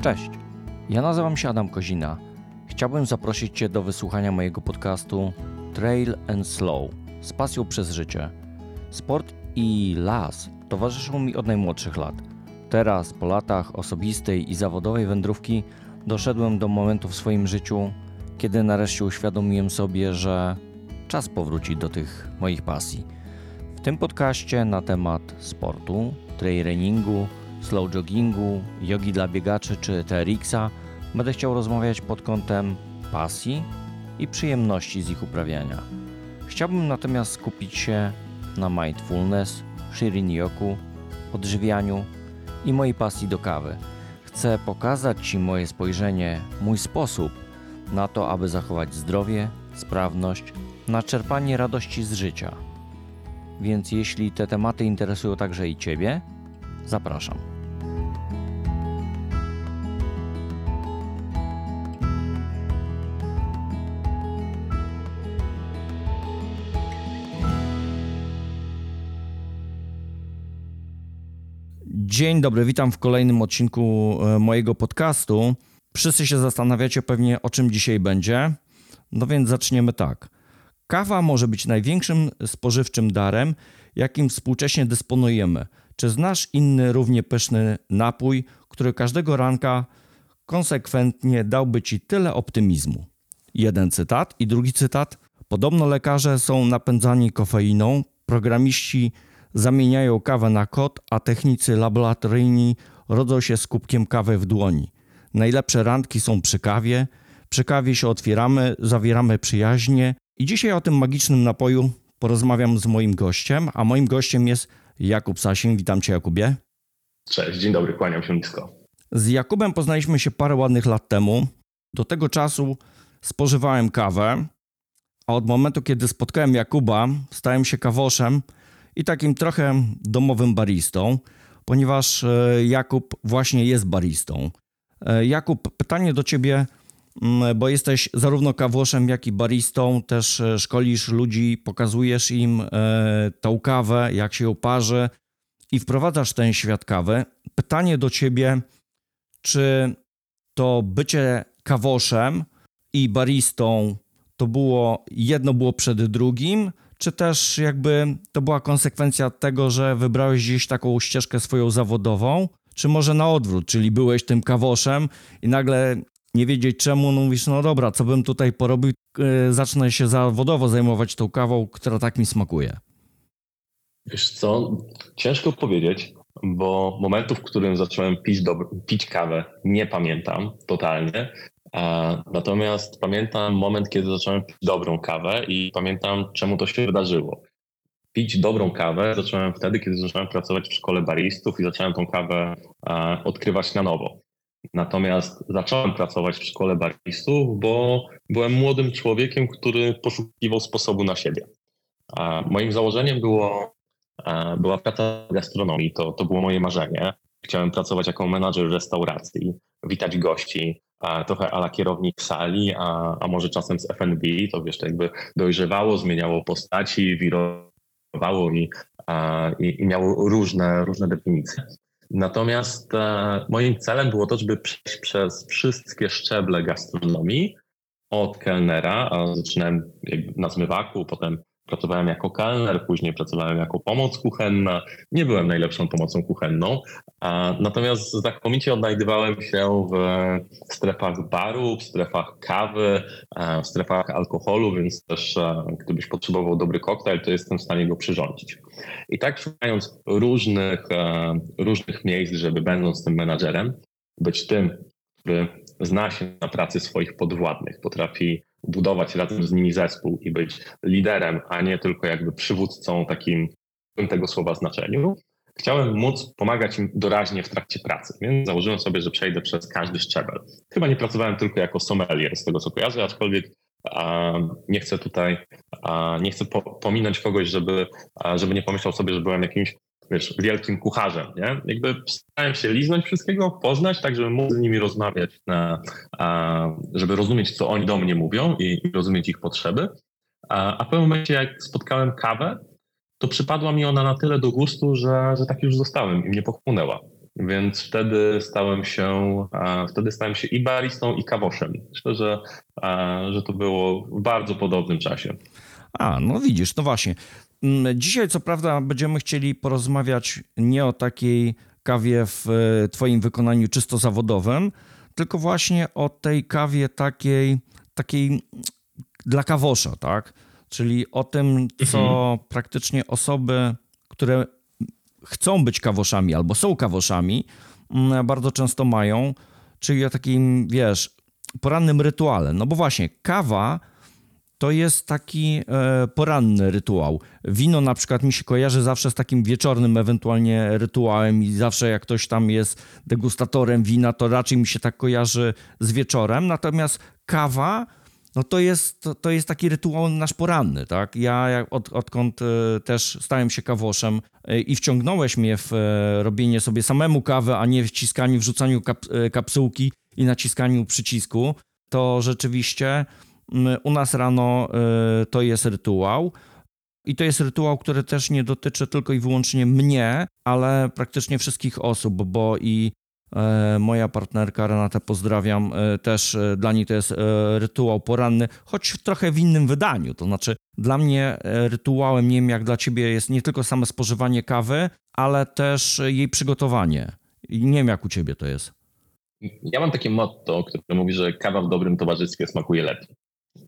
Cześć, ja nazywam się Adam Kozina. Chciałbym zaprosić Cię do wysłuchania mojego podcastu Trail and Slow z pasją przez życie. Sport i las towarzyszą mi od najmłodszych lat. Teraz, po latach osobistej i zawodowej wędrówki, doszedłem do momentu w swoim życiu, kiedy nareszcie uświadomiłem sobie, że czas powrócić do tych moich pasji. W tym podcaście na temat sportu, trail runningu, slow joggingu, jogi dla biegaczy czy TRX-a będę chciał rozmawiać pod kątem pasji i przyjemności z ich uprawiania. Chciałbym natomiast skupić się na mindfulness, shirin-yoku, odżywianiu i mojej pasji do kawy. Chcę pokazać Ci moje spojrzenie, mój sposób na to, aby zachować zdrowie, sprawność, na czerpanie radości z życia. Więc jeśli te tematy interesują także i Ciebie, zapraszam. Dzień dobry, witam w kolejnym odcinku mojego podcastu. Wszyscy się zastanawiacie pewnie, o czym dzisiaj będzie. No więc zaczniemy tak. Kawa może być największym spożywczym darem, jakim współcześnie dysponujemy. Czy znasz inny równie pyszny napój, który każdego ranka konsekwentnie dałby Ci tyle optymizmu? Jeden cytat i drugi cytat. Podobno lekarze są napędzani kofeiną, programiści zamieniają kawę na kod, a technicy laboratoryjni rodzą się z kubkiem kawy w dłoni. Najlepsze randki są przy kawie się otwieramy, zawieramy przyjaźnie i dzisiaj o tym magicznym napoju porozmawiam z moim gościem, a moim gościem jest Jakub Sasin. Witam Cię, Jakubie. Cześć, dzień dobry, kłaniam się nisko. Z Jakubem poznaliśmy się parę ładnych lat temu. Do tego czasu spożywałem kawę, a od momentu, kiedy spotkałem Jakuba, stałem się kawoszem i takim trochę domowym baristą, ponieważ Jakub właśnie jest baristą. Jakub, pytanie do Ciebie, bo jesteś zarówno kawoszem, jak i baristą, też szkolisz ludzi, pokazujesz im tą kawę, jak się ją parzy i wprowadzasz ten świat kawy. Pytanie do Ciebie, czy to bycie kawoszem i baristą to jedno było przed drugim, czy też jakby to była konsekwencja tego, że wybrałeś gdzieś taką ścieżkę swoją zawodową, czy może na odwrót, czyli byłeś tym kawoszem i nagle nie wiedzieć czemu, no mówisz, no dobra, co bym tutaj porobił, zacznę się zawodowo zajmować tą kawą, która tak mi smakuje. Wiesz co, ciężko powiedzieć, bo momentu, w którym zacząłem pić kawę, nie pamiętam totalnie. Natomiast pamiętam moment, kiedy zacząłem pić dobrą kawę i pamiętam, czemu to się wydarzyło. Pić dobrą kawę zacząłem wtedy, kiedy zacząłem pracować w szkole baristów i zacząłem tą kawę odkrywać na nowo. Natomiast zacząłem pracować w szkole baristów, bo byłem młodym człowiekiem, który poszukiwał sposobu na siebie. Moim założeniem była praca w gastronomii, to było moje marzenie. Chciałem pracować jako menadżer restauracji, witać gości, trochę a la kierownik sali, a może czasem z F&B, to wiesz, to jakby dojrzewało, zmieniało postaci, wirowało i miało różne definicje. Natomiast moim celem było to, żeby przejść przez wszystkie szczeble gastronomii, od kelnera, a zaczynałem na zmywaku, potem pracowałem jako kelner, później pracowałem jako pomoc kuchenna. Nie byłem najlepszą pomocą kuchenną, natomiast znakomicie odnajdywałem się w strefach baru, w strefach kawy, w strefach alkoholu, więc też gdybyś potrzebował dobry koktajl, to jestem w stanie go przyrządzić. I tak szukając różnych miejsc, żeby będąc tym menadżerem, być tym, który zna się na pracy swoich podwładnych, potrafi budować razem z nimi zespół i być liderem, a nie tylko jakby przywódcą takim w tego słowa znaczeniu. Chciałem móc pomagać im doraźnie w trakcie pracy, więc założyłem sobie, że przejdę przez każdy szczebel. Chyba nie pracowałem tylko jako sommelier, z tego co kojarzę, aczkolwiek nie chcę pominąć kogoś, żeby nie pomyślał sobie, że byłem jakimś wielkim kucharzem, nie? Jakby starałem się liznąć wszystkiego, poznać, tak żeby móc z nimi rozmawiać, żeby rozumieć, co oni do mnie mówią i rozumieć ich potrzeby. A w pewnym momencie, jak spotkałem kawę, to przypadła mi ona na tyle do gustu, że tak już zostałem i mnie pochłonęła. więc wtedy stałem się i baristą, i kawoszem. Myślę, że to było w bardzo podobnym czasie. No widzisz, no właśnie. Dzisiaj co prawda będziemy chcieli porozmawiać nie o takiej kawie w twoim wykonaniu czysto zawodowym, tylko właśnie o tej kawie takiej dla kawosza, tak? Czyli o tym, co praktycznie osoby, które chcą być kawoszami albo są kawoszami, bardzo często mają, czyli o takim, wiesz, porannym rytuale. No bo właśnie, kawa to jest taki poranny rytuał. Wino na przykład mi się kojarzy zawsze z takim wieczornym ewentualnie rytuałem i zawsze jak ktoś tam jest degustatorem wina, to raczej mi się tak kojarzy z wieczorem. Natomiast kawa, no to jest taki rytuał nasz poranny, tak? Odkąd też stałem się kawoszem i wciągnąłeś mnie w robienie sobie samemu kawy, a nie w wciskaniu, wrzucaniu kapsułki i naciskaniu przycisku, to rzeczywiście u nas rano to jest rytuał i to jest rytuał, który też nie dotyczy tylko i wyłącznie mnie, ale praktycznie wszystkich osób, bo i moja partnerka Renata, pozdrawiam, też dla niej to jest rytuał poranny, choć trochę w innym wydaniu. To znaczy dla mnie rytuałem, nie wiem jak dla ciebie, jest nie tylko same spożywanie kawy, ale też jej przygotowanie. I nie wiem jak u ciebie to jest. Ja mam takie motto, które mówi, że kawa w dobrym towarzystwie smakuje lepiej.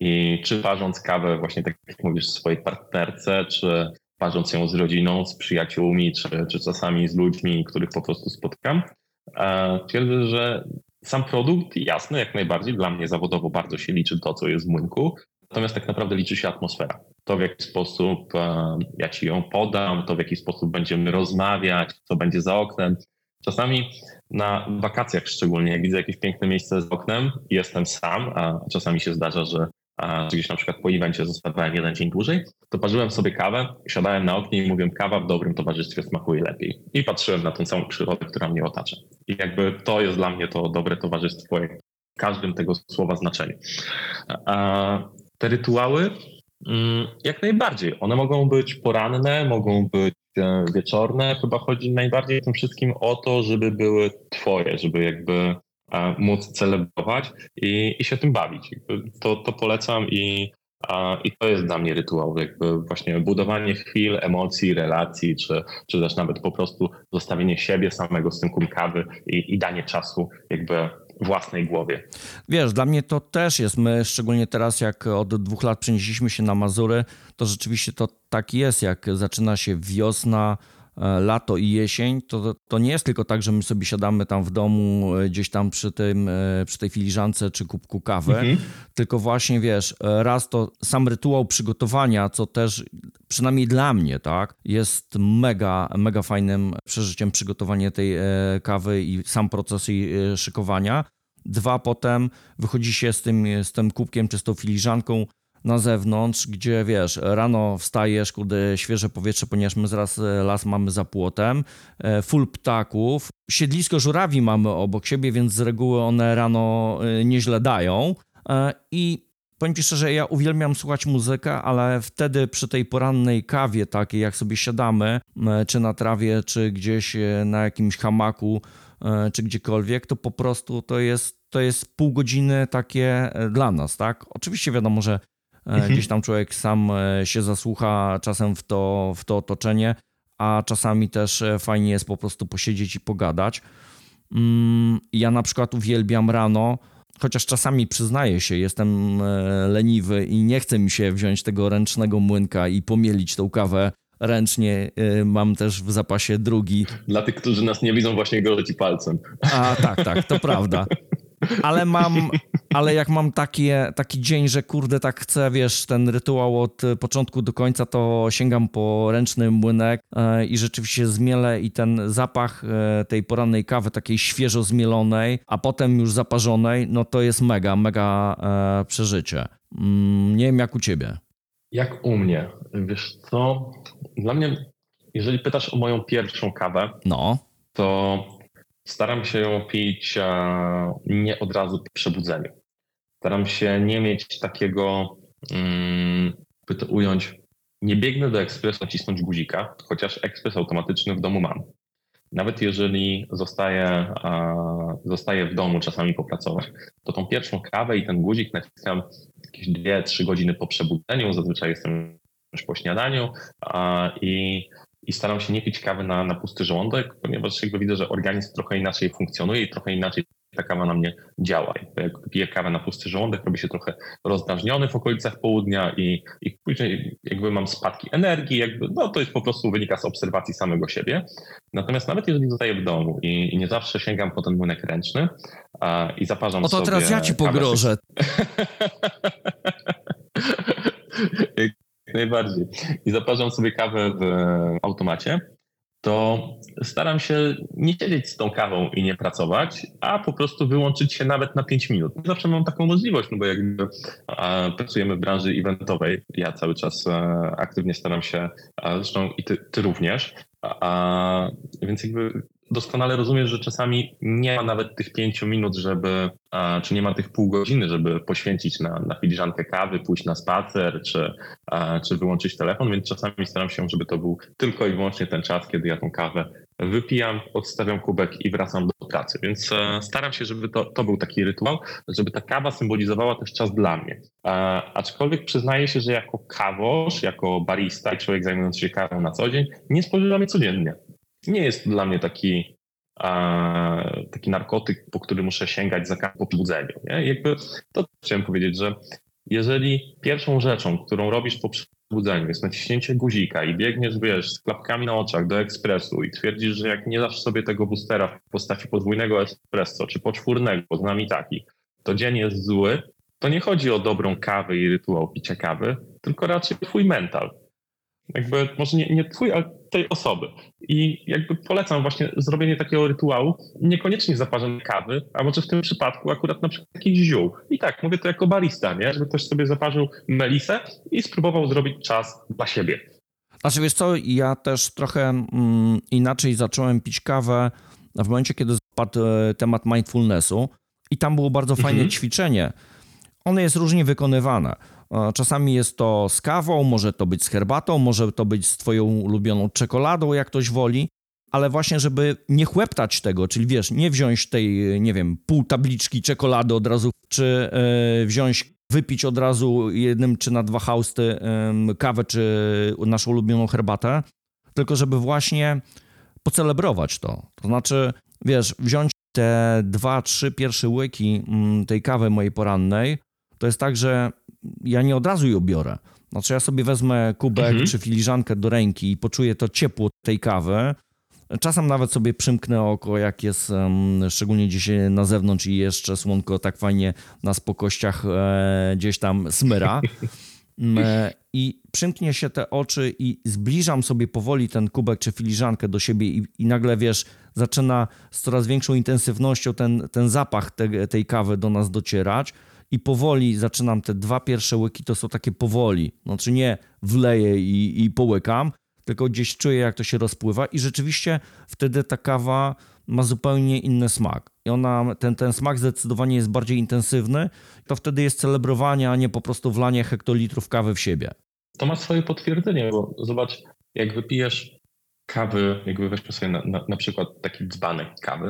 I czy parząc kawę właśnie tak jak mówisz swojej partnerce, czy parząc ją z rodziną, z przyjaciółmi, czy czasami z ludźmi, których po prostu spotkam, twierdzę, że sam produkt, jasne, jak najbardziej, dla mnie zawodowo bardzo się liczy to, co jest w młynku, natomiast tak naprawdę liczy się atmosfera. To, w jaki sposób ja ci ją podam, to, w jaki sposób będziemy rozmawiać, co będzie za oknem. Czasami na wakacjach szczególnie, jak widzę jakieś piękne miejsce z oknem, jestem sam, a czasami się zdarza, że gdzieś na przykład po evencie zostawałem jeden dzień dłużej, to parzyłem sobie kawę, siadałem na oknie i mówiłem, kawa w dobrym towarzystwie smakuje lepiej. I patrzyłem na tą całą przyrodę, która mnie otacza. I jakby to jest dla mnie to dobre towarzystwo, jak w każdym tego słowa znaczeniu. Te rytuały, jak najbardziej. One mogą być poranne, mogą być wieczorne. Chyba chodzi najbardziej tym wszystkim o to, żeby były twoje, żeby jakby móc celebrować i się tym bawić. To polecam i to jest dla mnie rytuał, jakby właśnie budowanie chwil, emocji, relacji, czy też nawet po prostu zostawienie siebie samego z tynkiem kawy i danie czasu jakby własnej głowie. Wiesz, dla mnie to też jest, my szczególnie teraz jak od 2 lat przenieśliśmy się na Mazury, to rzeczywiście to tak jest, jak zaczyna się wiosna, lato i jesień, to nie jest tylko tak, że my sobie siadamy tam w domu gdzieś tam przy tej filiżance czy kubku kawy, tylko właśnie wiesz, raz to sam rytuał przygotowania, co też przynajmniej dla mnie, tak, jest mega, mega fajnym przeżyciem przygotowanie tej kawy i sam proces jej szykowania. 2, potem wychodzi się z tym kubkiem czy z tą filiżanką na zewnątrz, gdzie wiesz, rano wstajesz, kurde, świeże powietrze, ponieważ my zaraz las mamy za płotem, full ptaków, siedlisko żurawi mamy obok siebie, więc z reguły one rano nieźle dają i powiem ci szczerze, ja uwielbiam słuchać muzykę, ale wtedy przy tej porannej kawie takiej, jak sobie siadamy, czy na trawie, czy gdzieś na jakimś hamaku, czy gdziekolwiek, to po prostu to jest pół godziny takie dla nas, tak? Oczywiście wiadomo, że gdzieś tam człowiek sam się zasłucha czasem w to otoczenie, a czasami też fajnie jest po prostu posiedzieć i pogadać. Ja na przykład uwielbiam rano, chociaż czasami przyznaję się, jestem leniwy i nie chce mi się wziąć tego ręcznego młynka i pomielić tą kawę ręcznie. Mam też w zapasie drugi. Dla tych, którzy nas nie widzą, właśnie grożę ci palcem. Tak, to prawda. Ale jak mam taki dzień, że kurde tak chcę, wiesz, ten rytuał od początku do końca, to sięgam po ręczny młynek i rzeczywiście zmielę i ten zapach tej porannej kawy, takiej świeżo zmielonej, a potem już zaparzonej, no to jest mega, mega przeżycie. Nie wiem jak u ciebie. Jak u mnie? Wiesz co, dla mnie, jeżeli pytasz o moją pierwszą kawę, to staram się ją pić nie od razu po przebudzeniu. Staram się nie mieć takiego, by to ująć, nie biegnę do ekspresu nacisnąć guzika, chociaż ekspres automatyczny w domu mam. nawet jeżeli zostaję w domu czasami popracować, to tą pierwszą kawę i ten guzik naciskam jakieś 2-3 godziny po przebudzeniu, zazwyczaj jestem już po śniadaniu i staram się nie pić kawy na pusty żołądek, ponieważ jakby widzę, że organizm trochę inaczej funkcjonuje i trochę inaczej ta kawa na mnie działa. Jak piję kawę na pusty żołądek, robię się trochę rozdrażniony w okolicach południa i później jakby mam spadki energii, to jest po prostu wynika z obserwacji samego siebie. Natomiast nawet jeżeli zostaję w domu i nie zawsze sięgam po ten młynek ręczny i zaparzam O to sobie teraz ja ci kawę pogrożę. Jak najbardziej. I zaparzam sobie kawę w automacie, to staram się nie siedzieć z tą kawą i nie pracować, a po prostu wyłączyć się nawet na 5 minut. Zawsze mam taką możliwość, no bo jakby pracujemy w branży eventowej, ja cały czas aktywnie staram się, zresztą i ty również, więc jakby doskonale rozumiesz, że czasami nie ma nawet tych 5 minut, czy nie ma tych pół godziny, żeby poświęcić na filiżankę kawy, pójść na spacer, czy wyłączyć telefon, więc czasami staram się, żeby to był tylko i wyłącznie ten czas, kiedy ja tą kawę wypijam, odstawiam kubek i wracam do pracy. Więc staram się, żeby to był taki rytuał, żeby ta kawa symbolizowała też czas dla mnie. Aczkolwiek przyznaję się, że jako kawosz, jako barista i człowiek zajmujący się kawą na co dzień, nie spożywam jej codziennie. Nie jest dla mnie taki narkotyk, po który muszę sięgać za kawę po przebudzeniu. Nie? Jakby to chciałem powiedzieć, że jeżeli pierwszą rzeczą, którą robisz po przebudzeniu jest naciśnięcie guzika i biegniesz, z klapkami na oczach do ekspresu i twierdzisz, że jak nie dasz sobie tego boostera w postaci podwójnego espresso czy poczwórnego, z nami taki, to dzień jest zły, to nie chodzi o dobrą kawę i rytuał picia kawy, tylko raczej twój mental. Jakby może nie twój, ale tej osoby. I jakby polecam właśnie zrobienie takiego rytuału, niekoniecznie zaparzenie kawy, a może w tym przypadku akurat na przykład jakiś ziół. I tak, mówię to jako barista, nie? Żeby ktoś sobie zaparzył melisę i spróbował zrobić czas dla siebie. Znaczy wiesz co, ja też trochę inaczej zacząłem pić kawę w momencie, kiedy spadł temat mindfulnessu i tam było bardzo fajne ćwiczenie. One jest różnie wykonywane. Czasami jest to z kawą, może to być z herbatą, może to być z twoją ulubioną czekoladą, jak ktoś woli, ale właśnie, żeby nie chłeptać tego, czyli wiesz, nie wziąć tej, nie wiem, pół tabliczki czekolady od razu, czy wypić od razu jednym czy na 2 hausty kawę, czy naszą ulubioną herbatę, tylko żeby właśnie pocelebrować to. To znaczy, wiesz, wziąć te 2-3 pierwsze łyki tej kawy mojej porannej, to jest tak, że ja nie od razu ją biorę. Znaczy ja sobie wezmę kubek czy filiżankę do ręki i poczuję to ciepło tej kawy. Czasem nawet sobie przymknę oko, jak jest szczególnie dzisiaj na zewnątrz i jeszcze słonko tak fajnie nas po kościach gdzieś tam smyra. I przymknie się te oczy i zbliżam sobie powoli ten kubek czy filiżankę do siebie i nagle, wiesz, zaczyna z coraz większą intensywnością ten zapach tej kawy do nas docierać. I powoli zaczynam te 2 pierwsze łyki, to są takie powoli. Znaczy nie wleję i połykam, tylko gdzieś czuję, jak to się rozpływa i rzeczywiście wtedy ta kawa ma zupełnie inny smak. I ona, ten smak zdecydowanie jest bardziej intensywny. To wtedy jest celebrowanie, a nie po prostu wlanie hektolitrów kawy w siebie. To ma swoje potwierdzenie, bo zobacz, jak wypijesz kawy, jakby weźmy sobie na przykład taki dzbanek kawy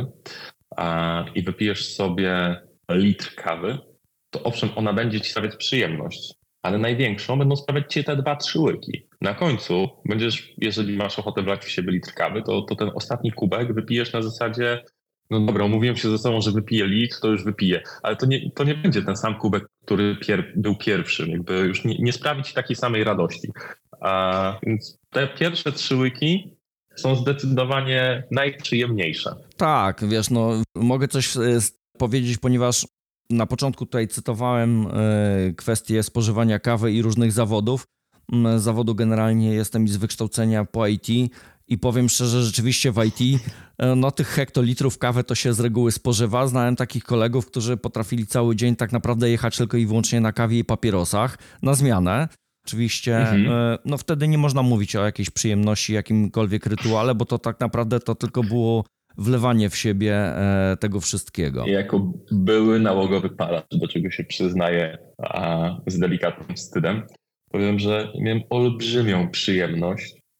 i wypijesz sobie litr kawy, to owszem, ona będzie ci sprawiać przyjemność, ale największą będą sprawiać ci te 2-3 łyki. Na końcu będziesz, jeżeli masz ochotę wlać w siebie litr kawy, to ten ostatni kubek wypijesz na zasadzie, no dobra, umówiłem się ze sobą, że wypiję litr, to już wypiję, ale to nie będzie ten sam kubek, który był pierwszym, jakby już nie sprawi ci takiej samej radości. Więc te pierwsze 3 łyki są zdecydowanie najprzyjemniejsze. Tak, wiesz, no mogę coś powiedzieć, ponieważ na początku tutaj cytowałem kwestię spożywania kawy i różnych zawodów. Z zawodu generalnie jestem i z wykształcenia po IT i powiem szczerze, rzeczywiście w IT no tych hektolitrów kawy to się z reguły spożywa. Znałem takich kolegów, którzy potrafili cały dzień tak naprawdę jechać tylko i wyłącznie na kawie i papierosach na zmianę. Oczywiście no wtedy nie można mówić o jakiejś przyjemności, jakimkolwiek rytuale, bo to tak naprawdę to tylko było wlewanie w siebie tego wszystkiego. Jako były nałogowy palacz, do czego się przyznaję z delikatnym wstydem, powiem, że miałem olbrzymią przyjemność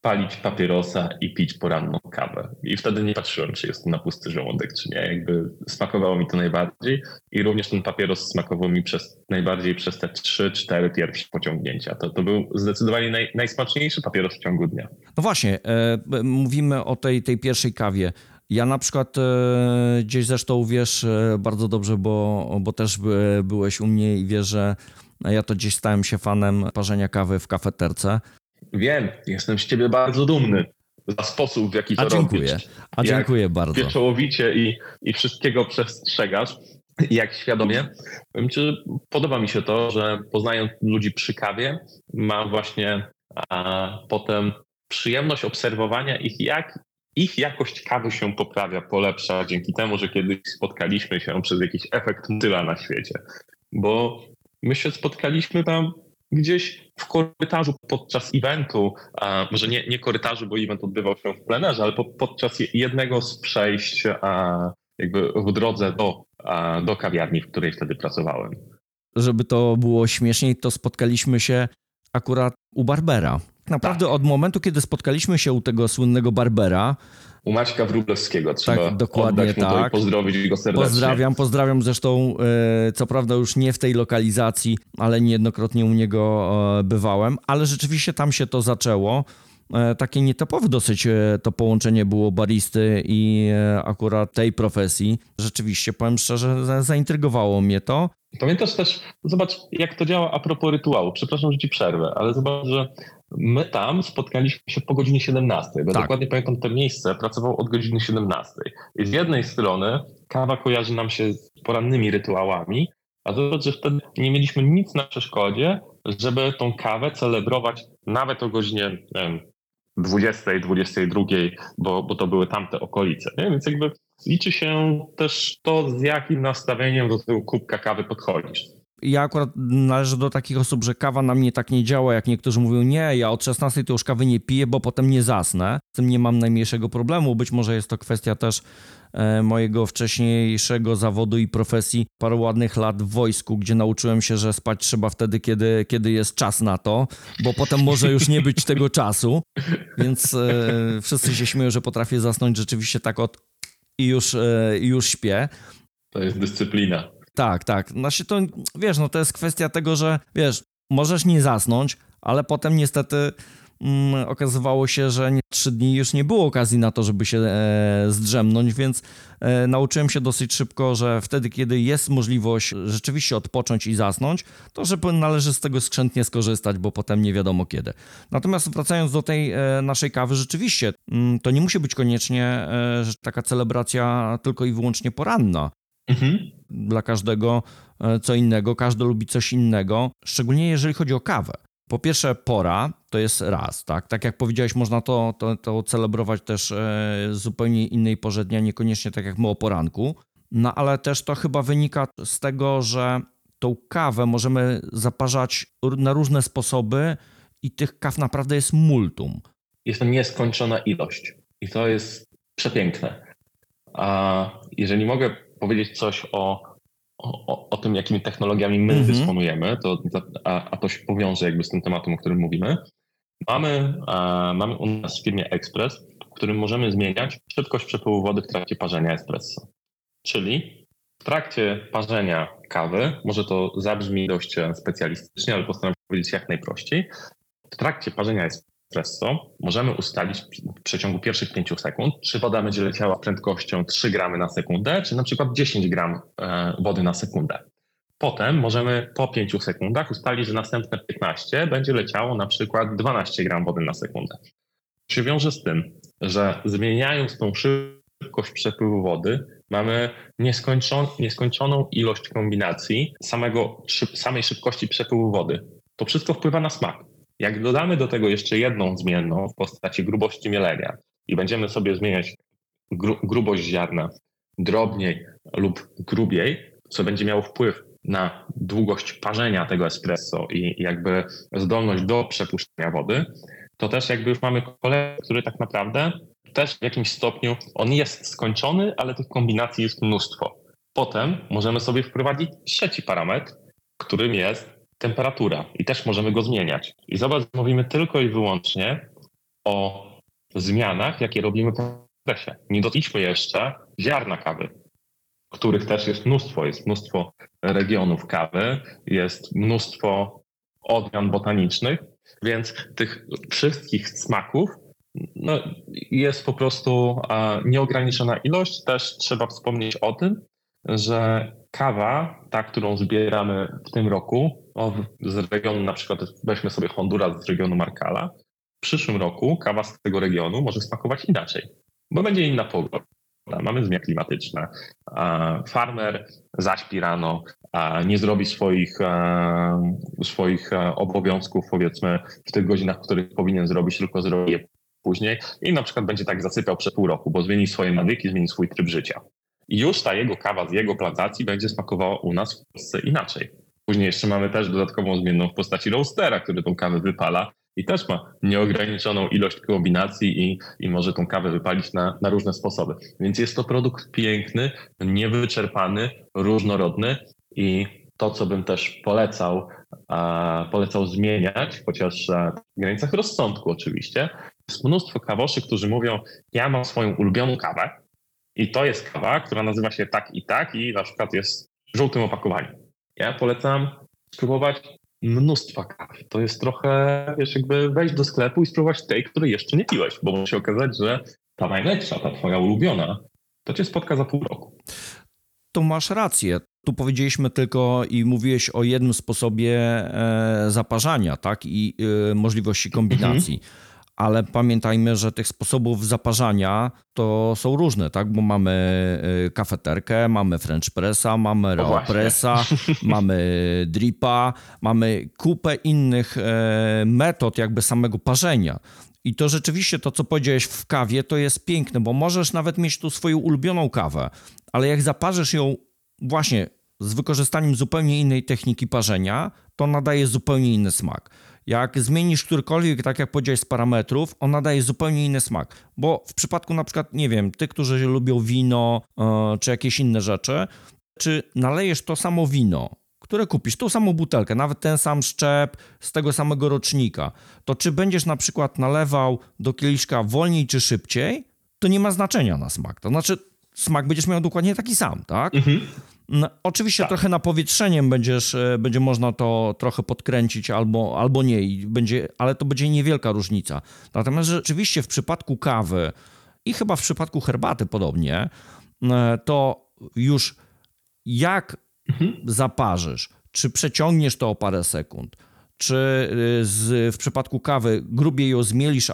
palić papierosa i pić poranną kawę. I wtedy nie patrzyłem, czy jest to na pusty żołądek, czy nie. Jakby smakowało mi to najbardziej i również ten papieros smakował mi najbardziej przez te 3-4 pierwsze pociągnięcia. To był zdecydowanie najsmaczniejszy papieros w ciągu dnia. No właśnie, mówimy o tej pierwszej kawie. Ja na przykład gdzieś zresztą wiesz bardzo dobrze, bo też byłeś u mnie i wiesz, że ja to gdzieś stałem się fanem parzenia kawy w kafeterce. Wiem, jestem z ciebie bardzo dumny za sposób, w jaki to robisz. Dziękuję bardzo. Pieczołowicie i wszystkiego przestrzegasz, jak świadomie. Powiem ci, że podoba mi się to, że poznając ludzi przy kawie, mam właśnie potem przyjemność obserwowania jak ich jakość kawy się poprawia, polepsza dzięki temu, że kiedyś spotkaliśmy się przez jakiś efekt motyla na świecie. Bo my się spotkaliśmy tam gdzieś w korytarzu podczas eventu, może nie korytarzu, bo event odbywał się w plenerze, ale podczas jednego z przejść jakby w drodze do kawiarni, w której wtedy pracowałem. Żeby to było śmieszniej, to spotkaliśmy się akurat u barbera. Naprawdę tak. Od momentu, kiedy spotkaliśmy się u tego słynnego barbera, u Maćka Wróblewskiego, trzeba tak, dokładnie oddać mu to i pozdrowić go serdecznie. Pozdrawiam zresztą, co prawda już nie w tej lokalizacji, ale niejednokrotnie u niego bywałem, ale rzeczywiście tam się to zaczęło. Takie nietypowe dosyć to połączenie było baristy i akurat tej profesji. Rzeczywiście, powiem szczerze, zaintrygowało mnie to. Pamiętasz też, zobacz jak to działa a propos rytuału. Przepraszam, że ci przerwę, ale zobacz, że my tam spotkaliśmy się po godzinie 17, bo tak. Dokładnie pamiętam to miejsce, pracował od godziny 17. I z jednej strony kawa kojarzy nam się z porannymi rytuałami, a zobacz, że wtedy nie mieliśmy nic na przeszkodzie, żeby tą kawę celebrować nawet o godzinie 20, 22, bo to były tamte okolice. Nie? Więc jakby liczy się też to, z jakim nastawieniem do tego kubka kawy podchodzisz. Ja akurat należę do takich osób, że kawa na mnie tak nie działa, jak niektórzy mówią, nie, ja od 16 to już kawy nie piję, bo potem nie zasnę. Z tym nie mam najmniejszego problemu. Być może jest to kwestia też mojego wcześniejszego zawodu i profesji, parę ładnych lat w wojsku, gdzie nauczyłem się, że spać trzeba wtedy, kiedy jest czas na to, bo potem może już nie być tego czasu, więc wszyscy się śmieją, że potrafię zasnąć rzeczywiście tak i już śpię. To jest dyscyplina. Tak. Znaczy to, wiesz, no to jest kwestia tego, że wiesz, możesz nie zasnąć, ale potem niestety okazywało się, że 3 dni już nie było okazji na to, żeby się zdrzemnąć, więc nauczyłem się dosyć szybko, że wtedy, kiedy jest możliwość rzeczywiście odpocząć i zasnąć, to że należy z tego skrzętnie skorzystać, bo potem nie wiadomo kiedy. Natomiast wracając do tej naszej kawy, rzeczywiście to nie musi być koniecznie taka celebracja tylko i wyłącznie poranna. Mhm. Dla każdego co innego, każdy lubi coś innego, szczególnie jeżeli chodzi o kawę. Po pierwsze pora to jest raz, tak? Tak jak powiedziałeś, można to celebrować też z zupełnie innej porze dnia, niekoniecznie tak jak my o poranku, no ale też to chyba wynika z tego, że tą kawę możemy zaparzać na różne sposoby i tych kaw naprawdę jest multum. Jest to nieskończona ilość i to jest przepiękne. A jeżeli mogę powiedzieć coś o tym, jakimi technologiami my dysponujemy, a to się powiąże jakby z tym tematem, o którym mówimy. Mamy u nas w firmie Express, w którym możemy zmieniać szybkość przepływu wody w trakcie parzenia espresso. Czyli w trakcie parzenia kawy, może to zabrzmi dość specjalistycznie, ale postaram się powiedzieć jak najprościej. W trakcie parzenia espresso możemy ustalić w przeciągu pierwszych 5 sekund, czy woda będzie leciała z prędkością 3 gramy na sekundę, czy na przykład 10 gram wody na sekundę. Potem możemy po 5 sekundach ustalić, że następne 15 będzie leciało na przykład 12 gram wody na sekundę. Się wiąże z tym, że zmieniając tą szybkość przepływu wody, mamy nieskończoną ilość kombinacji samej szybkości przepływu wody. To wszystko wpływa na smak. Jak dodamy do tego jeszcze jedną zmienną w postaci grubości mielenia i będziemy sobie zmieniać grubość ziarna drobniej lub grubiej, co będzie miało wpływ na długość parzenia tego espresso i jakby zdolność do przepuszczenia wody, to też jakby już mamy kolej, który tak naprawdę też w jakimś stopniu on jest skończony, ale tych kombinacji jest mnóstwo. Potem możemy sobie wprowadzić trzeci parametr, którym jest temperatura i też możemy go zmieniać. I zobacz, mówimy tylko i wyłącznie o zmianach, jakie robimy w procesie. Nie dotknęliśmy jeszcze ziarna kawy, których też jest mnóstwo. Jest mnóstwo regionów kawy, jest mnóstwo odmian botanicznych, więc tych wszystkich smaków jest po prostu nieograniczona ilość. Też trzeba wspomnieć o tym, że kawa, ta, którą zbieramy w tym roku, z regionu, na przykład weźmy sobie Honduras z regionu Marcala, w przyszłym roku kawa z tego regionu może smakować inaczej, bo będzie inna pogoda. Mamy zmiany klimatyczne. Farmer zaśpi rano, nie zrobi swoich obowiązków, powiedzmy, w tych godzinach, w których powinien zrobić, tylko zrobi je później i na przykład będzie tak zasypiał przez pół roku, bo zmieni swoje nawyki, zmieni swój tryb życia. I już ta jego kawa z jego plantacji będzie smakowała u nas w Polsce inaczej. Później jeszcze mamy też dodatkową zmienną w postaci roastera, który tą kawę wypala i też ma nieograniczoną ilość kombinacji i może tą kawę wypalić na różne sposoby. Więc jest to produkt piękny, niewyczerpany, różnorodny i to, co bym też polecał zmieniać, chociaż w granicach rozsądku oczywiście, jest mnóstwo kawoszy, którzy mówią, ja mam swoją ulubioną kawę i to jest kawa, która nazywa się tak i na przykład jest w żółtym opakowaniu. Ja polecam spróbować mnóstwa kaw. To jest trochę, jakby wejść do sklepu i spróbować tej, której jeszcze nie piłeś, bo może się okazać, że ta najlepsza, ta twoja ulubiona, to cię spotka za pół roku. To masz rację. Tu powiedzieliśmy tylko i mówiłeś o jednym sposobie zaparzania, tak? I możliwości kombinacji. Ale pamiętajmy, że tych sposobów zaparzania to są różne, tak? Bo mamy kafeterkę, mamy French pressa, mamy Reopressa, mamy dripa, mamy kupę innych metod jakby samego parzenia. I to rzeczywiście to, co powiedziałeś w kawie, to jest piękne, bo możesz nawet mieć tu swoją ulubioną kawę, ale jak zaparzysz ją właśnie z wykorzystaniem zupełnie innej techniki parzenia, to nadaje zupełnie inny smak. Jak zmienisz którykolwiek, tak jak powiedziałeś, z parametrów, on nadaje zupełnie inny smak. Bo w przypadku na przykład, nie wiem, tych, którzy lubią wino czy jakieś inne rzeczy, czy nalejesz to samo wino, które kupisz, tą samą butelkę, nawet ten sam szczep z tego samego rocznika, to czy będziesz na przykład nalewał do kieliszka wolniej czy szybciej, to nie ma znaczenia na smak. To znaczy smak będziesz miał dokładnie taki sam, tak? No, oczywiście tak. Trochę napowietrzeniem będzie można to trochę podkręcić albo nie, ale to będzie niewielka różnica. Natomiast rzeczywiście w przypadku kawy i chyba w przypadku herbaty podobnie, to już jak zaparzysz, czy przeciągniesz to o parę sekund, czy w przypadku kawy grubiej ją zmielisz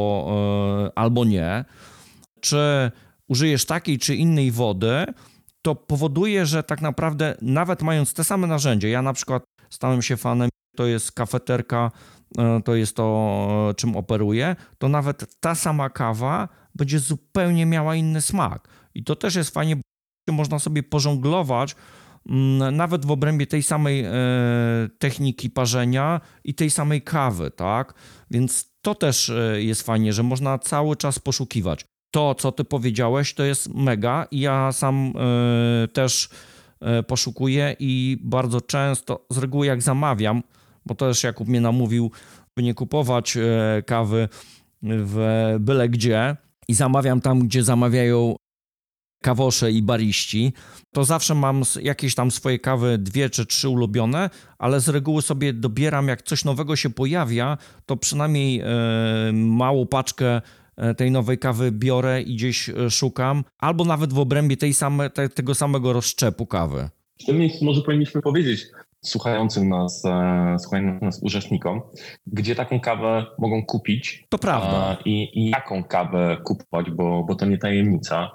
albo nie, czy użyjesz takiej czy innej wody, to powoduje, że tak naprawdę nawet mając te same narzędzie, ja na przykład stałem się fanem, to jest kafeterka, to jest to, czym operuję, to nawet ta sama kawa będzie zupełnie miała inny smak. I to też jest fajnie, bo można sobie pożonglować nawet w obrębie tej samej techniki parzenia i tej samej kawy, tak? Więc to też jest fajnie, że można cały czas poszukiwać. To, co ty powiedziałeś, to jest mega i ja sam też poszukuję i bardzo często, z reguły jak zamawiam, bo też Jakub mnie namówił, by nie kupować kawy w byle gdzie i zamawiam tam, gdzie zamawiają kawosze i bariści, to zawsze mam jakieś tam swoje kawy 2 czy 3 ulubione, ale z reguły sobie dobieram, jak coś nowego się pojawia, to przynajmniej małą paczkę tej nowej kawy biorę i gdzieś szukam, albo nawet w obrębie tego samego rozszczepu kawy. W tym miejscu może powinniśmy powiedzieć słuchającym nas uczestnikom, gdzie taką kawę mogą kupić. To prawda. I jaką kawę kupować, bo to nie tajemnica.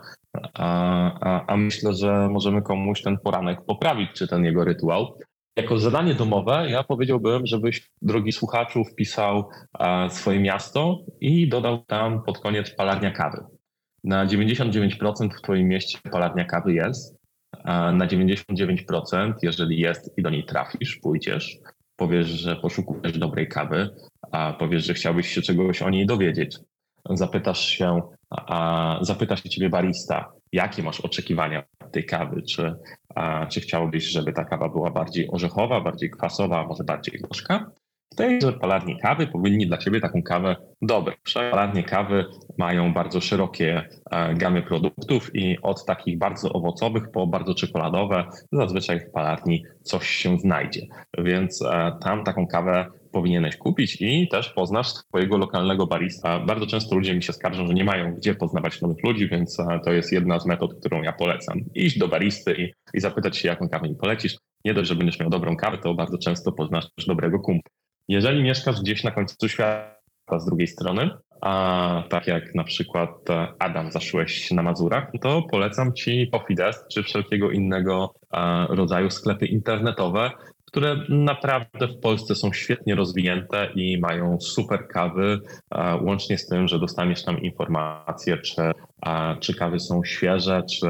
A myślę, że możemy komuś ten poranek poprawić, czy ten jego rytuał. Jako zadanie domowe ja powiedziałbym, żebyś, drogi słuchaczu, wpisał swoje miasto i dodał tam pod koniec palarnia kawy. Na 99% w twoim mieście palarnia kawy jest. Na 99%, jeżeli jest i do niej trafisz, pójdziesz, powiesz, że poszukujesz dobrej kawy, powiesz, że chciałbyś się czegoś o niej dowiedzieć. Zapyta się ciebie barista, jakie masz oczekiwania od tej kawy, czy chciałbyś, żeby ta kawa była bardziej orzechowa, bardziej kwasowa, może bardziej gorzka. W tejże palarni kawy powinni dla ciebie taką kawę dobrać. Palarnie kawy mają bardzo szerokie gamy produktów i od takich bardzo owocowych po bardzo czekoladowe zazwyczaj w palarni coś się znajdzie. Więc tam taką kawę powinieneś kupić i też poznasz swojego lokalnego barista. Bardzo często ludzie mi się skarżą, że nie mają gdzie poznawać nowych ludzi, więc to jest jedna z metod, którą ja polecam. Iść do baristy i zapytać się, jaką kawę mi polecisz. Nie dość, że będziesz miał dobrą kawę, to bardzo często poznasz też dobrego kumpla. Jeżeli mieszkasz gdzieś na końcu świata z drugiej strony, a tak jak na przykład Adam zaszyłeś na Mazurach, to polecam ci Coffee Desk czy wszelkiego innego rodzaju sklepy internetowe, które naprawdę w Polsce są świetnie rozwinięte i mają super kawy, łącznie z tym, że dostaniesz tam informacje, czy kawy są świeże, czy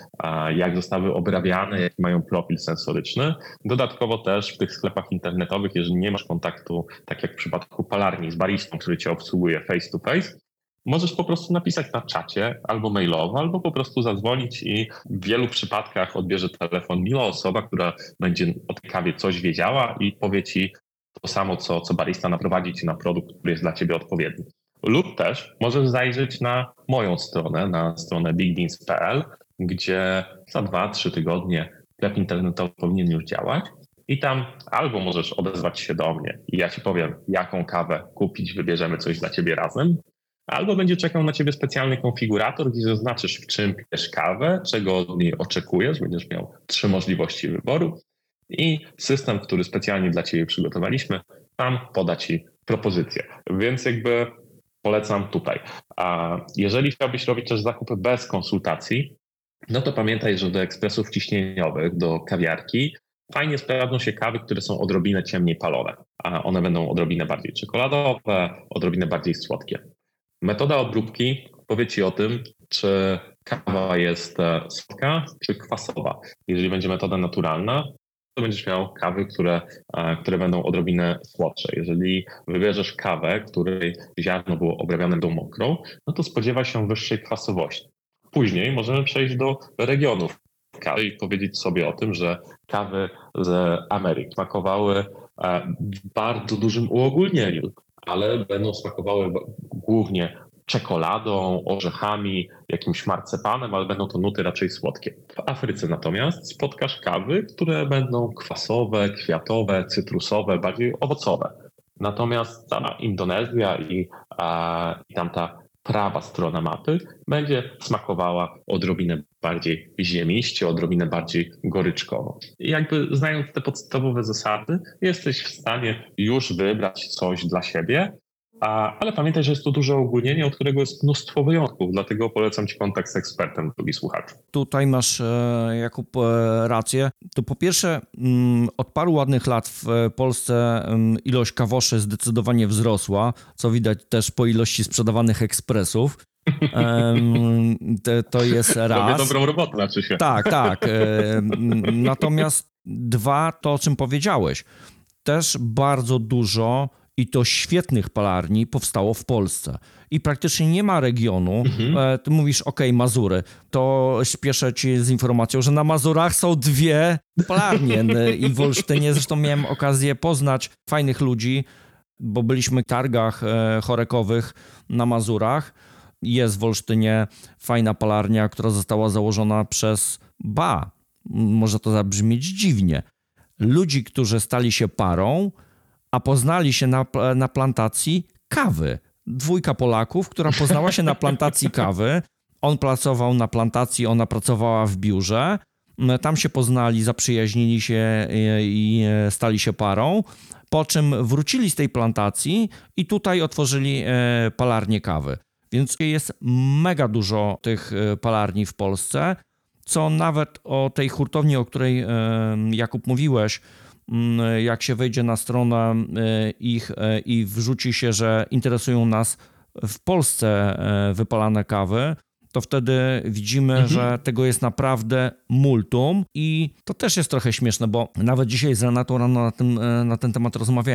jak zostały obrabiane, jaki mają profil sensoryczny. Dodatkowo też w tych sklepach internetowych, jeżeli nie masz kontaktu, tak jak w przypadku palarni, z baristą, który cię obsługuje face to face, możesz po prostu napisać na czacie albo mailowo, albo po prostu zadzwonić i w wielu przypadkach odbierze telefon miła osoba, która będzie o tej kawie coś wiedziała i powie ci to samo, co barista, naprowadzi ci na produkt, który jest dla ciebie odpowiedni. Lub też możesz zajrzeć na moją stronę, na stronę bigbeans.pl, gdzie za 2-3 tygodnie sklep internetowy powinien już działać i tam albo możesz odezwać się do mnie i ja ci powiem, jaką kawę kupić, wybierzemy coś dla ciebie razem, albo będzie czekał na ciebie specjalny konfigurator, gdzie zaznaczysz, w czym pijesz kawę, czego od niej oczekujesz. Będziesz miał 3 możliwości wyboru i system, który specjalnie dla ciebie przygotowaliśmy, tam poda ci propozycję. Więc jakby polecam tutaj. A jeżeli chciałbyś robić też zakupy bez konsultacji, no to pamiętaj, że do ekspresów ciśnieniowych, do kawiarki fajnie sprawdzą się kawy, które są odrobinę ciemniej palone, a one będą odrobinę bardziej czekoladowe, odrobinę bardziej słodkie. Metoda obróbki powie ci o tym, czy kawa jest słodka, czy kwasowa. Jeżeli będzie metoda naturalna, to będziesz miał kawy, które będą odrobinę słodsze. Jeżeli wybierzesz kawę, której ziarno było obrabiane do mokrą, no to spodziewa się wyższej kwasowości. Później możemy przejść do regionów kawy i powiedzieć sobie o tym, że kawy z Ameryki smakowały w bardzo dużym uogólnieniu, ale będą smakowały głównie czekoladą, orzechami, jakimś marcepanem, ale będą to nuty raczej słodkie. W Afryce natomiast spotkasz kawy, które będą kwasowe, kwiatowe, cytrusowe, bardziej owocowe. Natomiast sama Indonezja i tamta prawa strona mapy będzie smakowała odrobinę bardziej ziemiście, odrobinę bardziej goryczkowo. I jakby znając te podstawowe zasady, jesteś w stanie już wybrać coś dla siebie, ale pamiętaj, że jest to duże ogólnienie, od którego jest mnóstwo wyjątków, dlatego polecam ci kontakt z ekspertem, drogi słuchacz. Tutaj masz, Jakub, rację. To po pierwsze, od paru ładnych lat w Polsce ilość kawoszy zdecydowanie wzrosła, co widać też po ilości sprzedawanych ekspresów. To jest raz. Robię dobrą robotę, znaczy się. Tak. Natomiast dwa, to o czym powiedziałeś. Też bardzo dużo i to świetnych palarni powstało w Polsce. I praktycznie nie ma regionu, ty mówisz, Mazury, to śpieszę ci z informacją, że na Mazurach są 2 palarnie i w Olsztynie zresztą miałem okazję poznać fajnych ludzi, bo byliśmy w targach chorekowych na Mazurach. Jest w Olsztynie fajna palarnia, która została założona przez może to zabrzmieć dziwnie, ludzi, którzy stali się parą, a poznali się na plantacji kawy. 2 Polaków, która poznała się na plantacji kawy. On pracował na plantacji, ona pracowała w biurze. Tam się poznali, zaprzyjaźnili się i stali się parą. Po czym wrócili z tej plantacji i tutaj otworzyli palarnię kawy. Więc jest mega dużo tych palarni w Polsce, co nawet o tej hurtowni, o której Jakub mówiłeś, jak się wejdzie na stronę ich i wrzuci się, że interesują nas w Polsce wypalane kawy, to wtedy widzimy, że tego jest naprawdę multum i to też jest trochę śmieszne, bo nawet dzisiaj z Renatą rano na ten temat rozmawiałem.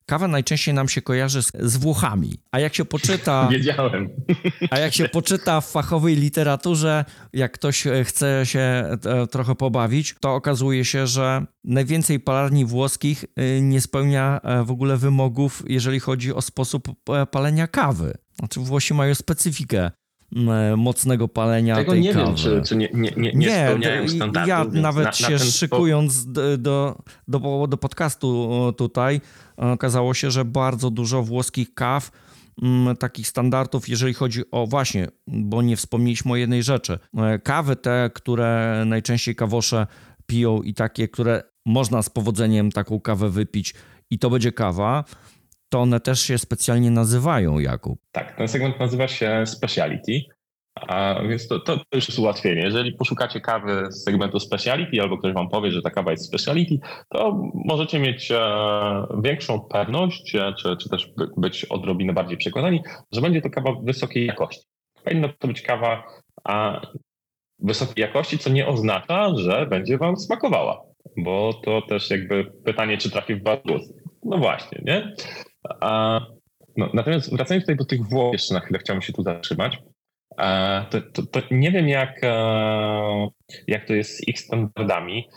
kawa najczęściej nam się kojarzy z Włochami, a jak się poczyta... Wiedziałem. A jak się poczyta w fachowej literaturze, jak ktoś chce się trochę pobawić, to okazuje się, że najwięcej palarni włoskich nie spełnia w ogóle wymogów, jeżeli chodzi o sposób palenia kawy. Znaczy Włosi mają specyfikę mocnego palenia Tego tej nie kawy. wiem, czy nie spełniają standardów. Ja nawet na się szykując do podcastu tutaj, okazało się, że bardzo dużo włoskich kaw, takich standardów, jeżeli chodzi o właśnie, bo nie wspomnieliśmy o jednej rzeczy. Kawy te, które najczęściej kawosze piją i takie, które można z powodzeniem taką kawę wypić i to będzie kawa, to one też się specjalnie nazywają, Jakub. Tak, ten segment nazywa się Speciality, a więc to już jest ułatwienie. Jeżeli poszukacie kawy z segmentu Speciality albo ktoś wam powie, że ta kawa jest Speciality, to możecie mieć większą pewność, czy też być odrobinę bardziej przekonani, że będzie to kawa wysokiej jakości. Powinna to być kawa wysokiej jakości, co nie oznacza, że będzie wam smakowała, bo to też jakby pytanie, czy trafi w wasz gust. No właśnie, nie? No, natomiast wracając tutaj do tych Włoch, jeszcze na chwilę chciałbym się tu zatrzymać, to nie wiem jak to jest z ich standardami.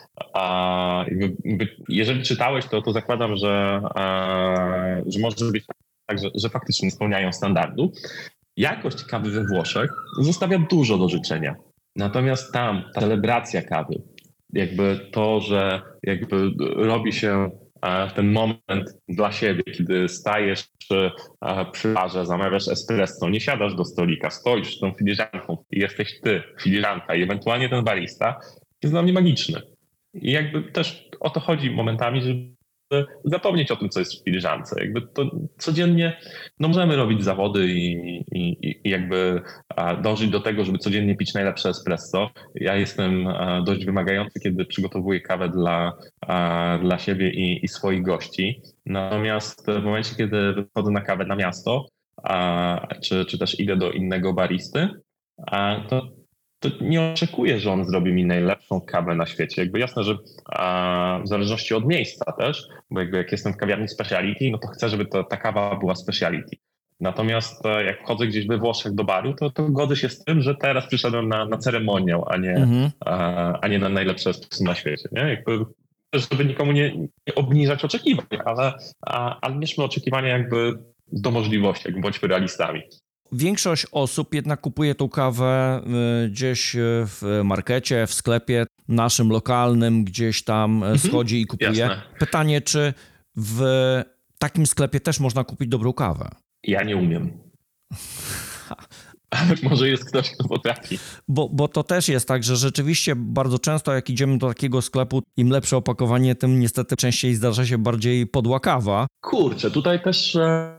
Jeżeli czytałeś, to zakładam, że może być tak, że faktycznie spełniają standardu. Jakość kawy we Włoszech zostawia dużo do życzenia. Natomiast tam ta celebracja kawy, jakby to, że jakby robi się w ten moment dla siebie, kiedy stajesz przy barze, zamawiasz espresso, nie siadasz do stolika, stoisz z tą filiżanką i jesteś ty, filiżanka i ewentualnie ten barista, jest dla mnie magiczny. I jakby też o to chodzi momentami, żeby zapomnieć o tym, co jest w filiżance. Jakby to codziennie możemy robić zawody i jakby dążyć do tego, żeby codziennie pić najlepsze espresso. Ja jestem dość wymagający, kiedy przygotowuję kawę dla siebie i swoich gości. Natomiast w momencie, kiedy wychodzę na kawę na miasto, czy też idę do innego baristy, to nie oczekuję, że on zrobi mi najlepszą kawę na świecie. Jakby jasne, że w zależności od miejsca też, bo jakby jak jestem w kawiarni speciality, no to chcę, żeby ta kawa była speciality. Natomiast jak wchodzę gdzieś we Włoszech do baru, to godzę się z tym, że teraz przyszedłem na ceremoniał, a nie na najlepsze espresso na świecie. Nie? Jakby, żeby nikomu nie obniżać oczekiwań, ale mierzmy oczekiwania jakby do możliwości, jakby bądźmy realistami. Większość osób jednak kupuje tą kawę gdzieś w markecie, w sklepie naszym lokalnym, gdzieś tam schodzi i kupuje. Jasne. Pytanie, czy w takim sklepie też można kupić dobrą kawę? Ja nie umiem. Ale może jest ktoś, kto potrafi. Bo to też jest tak, że rzeczywiście bardzo często jak idziemy do takiego sklepu, im lepsze opakowanie, tym niestety częściej zdarza się bardziej podła kawa. Kurczę, tutaj też...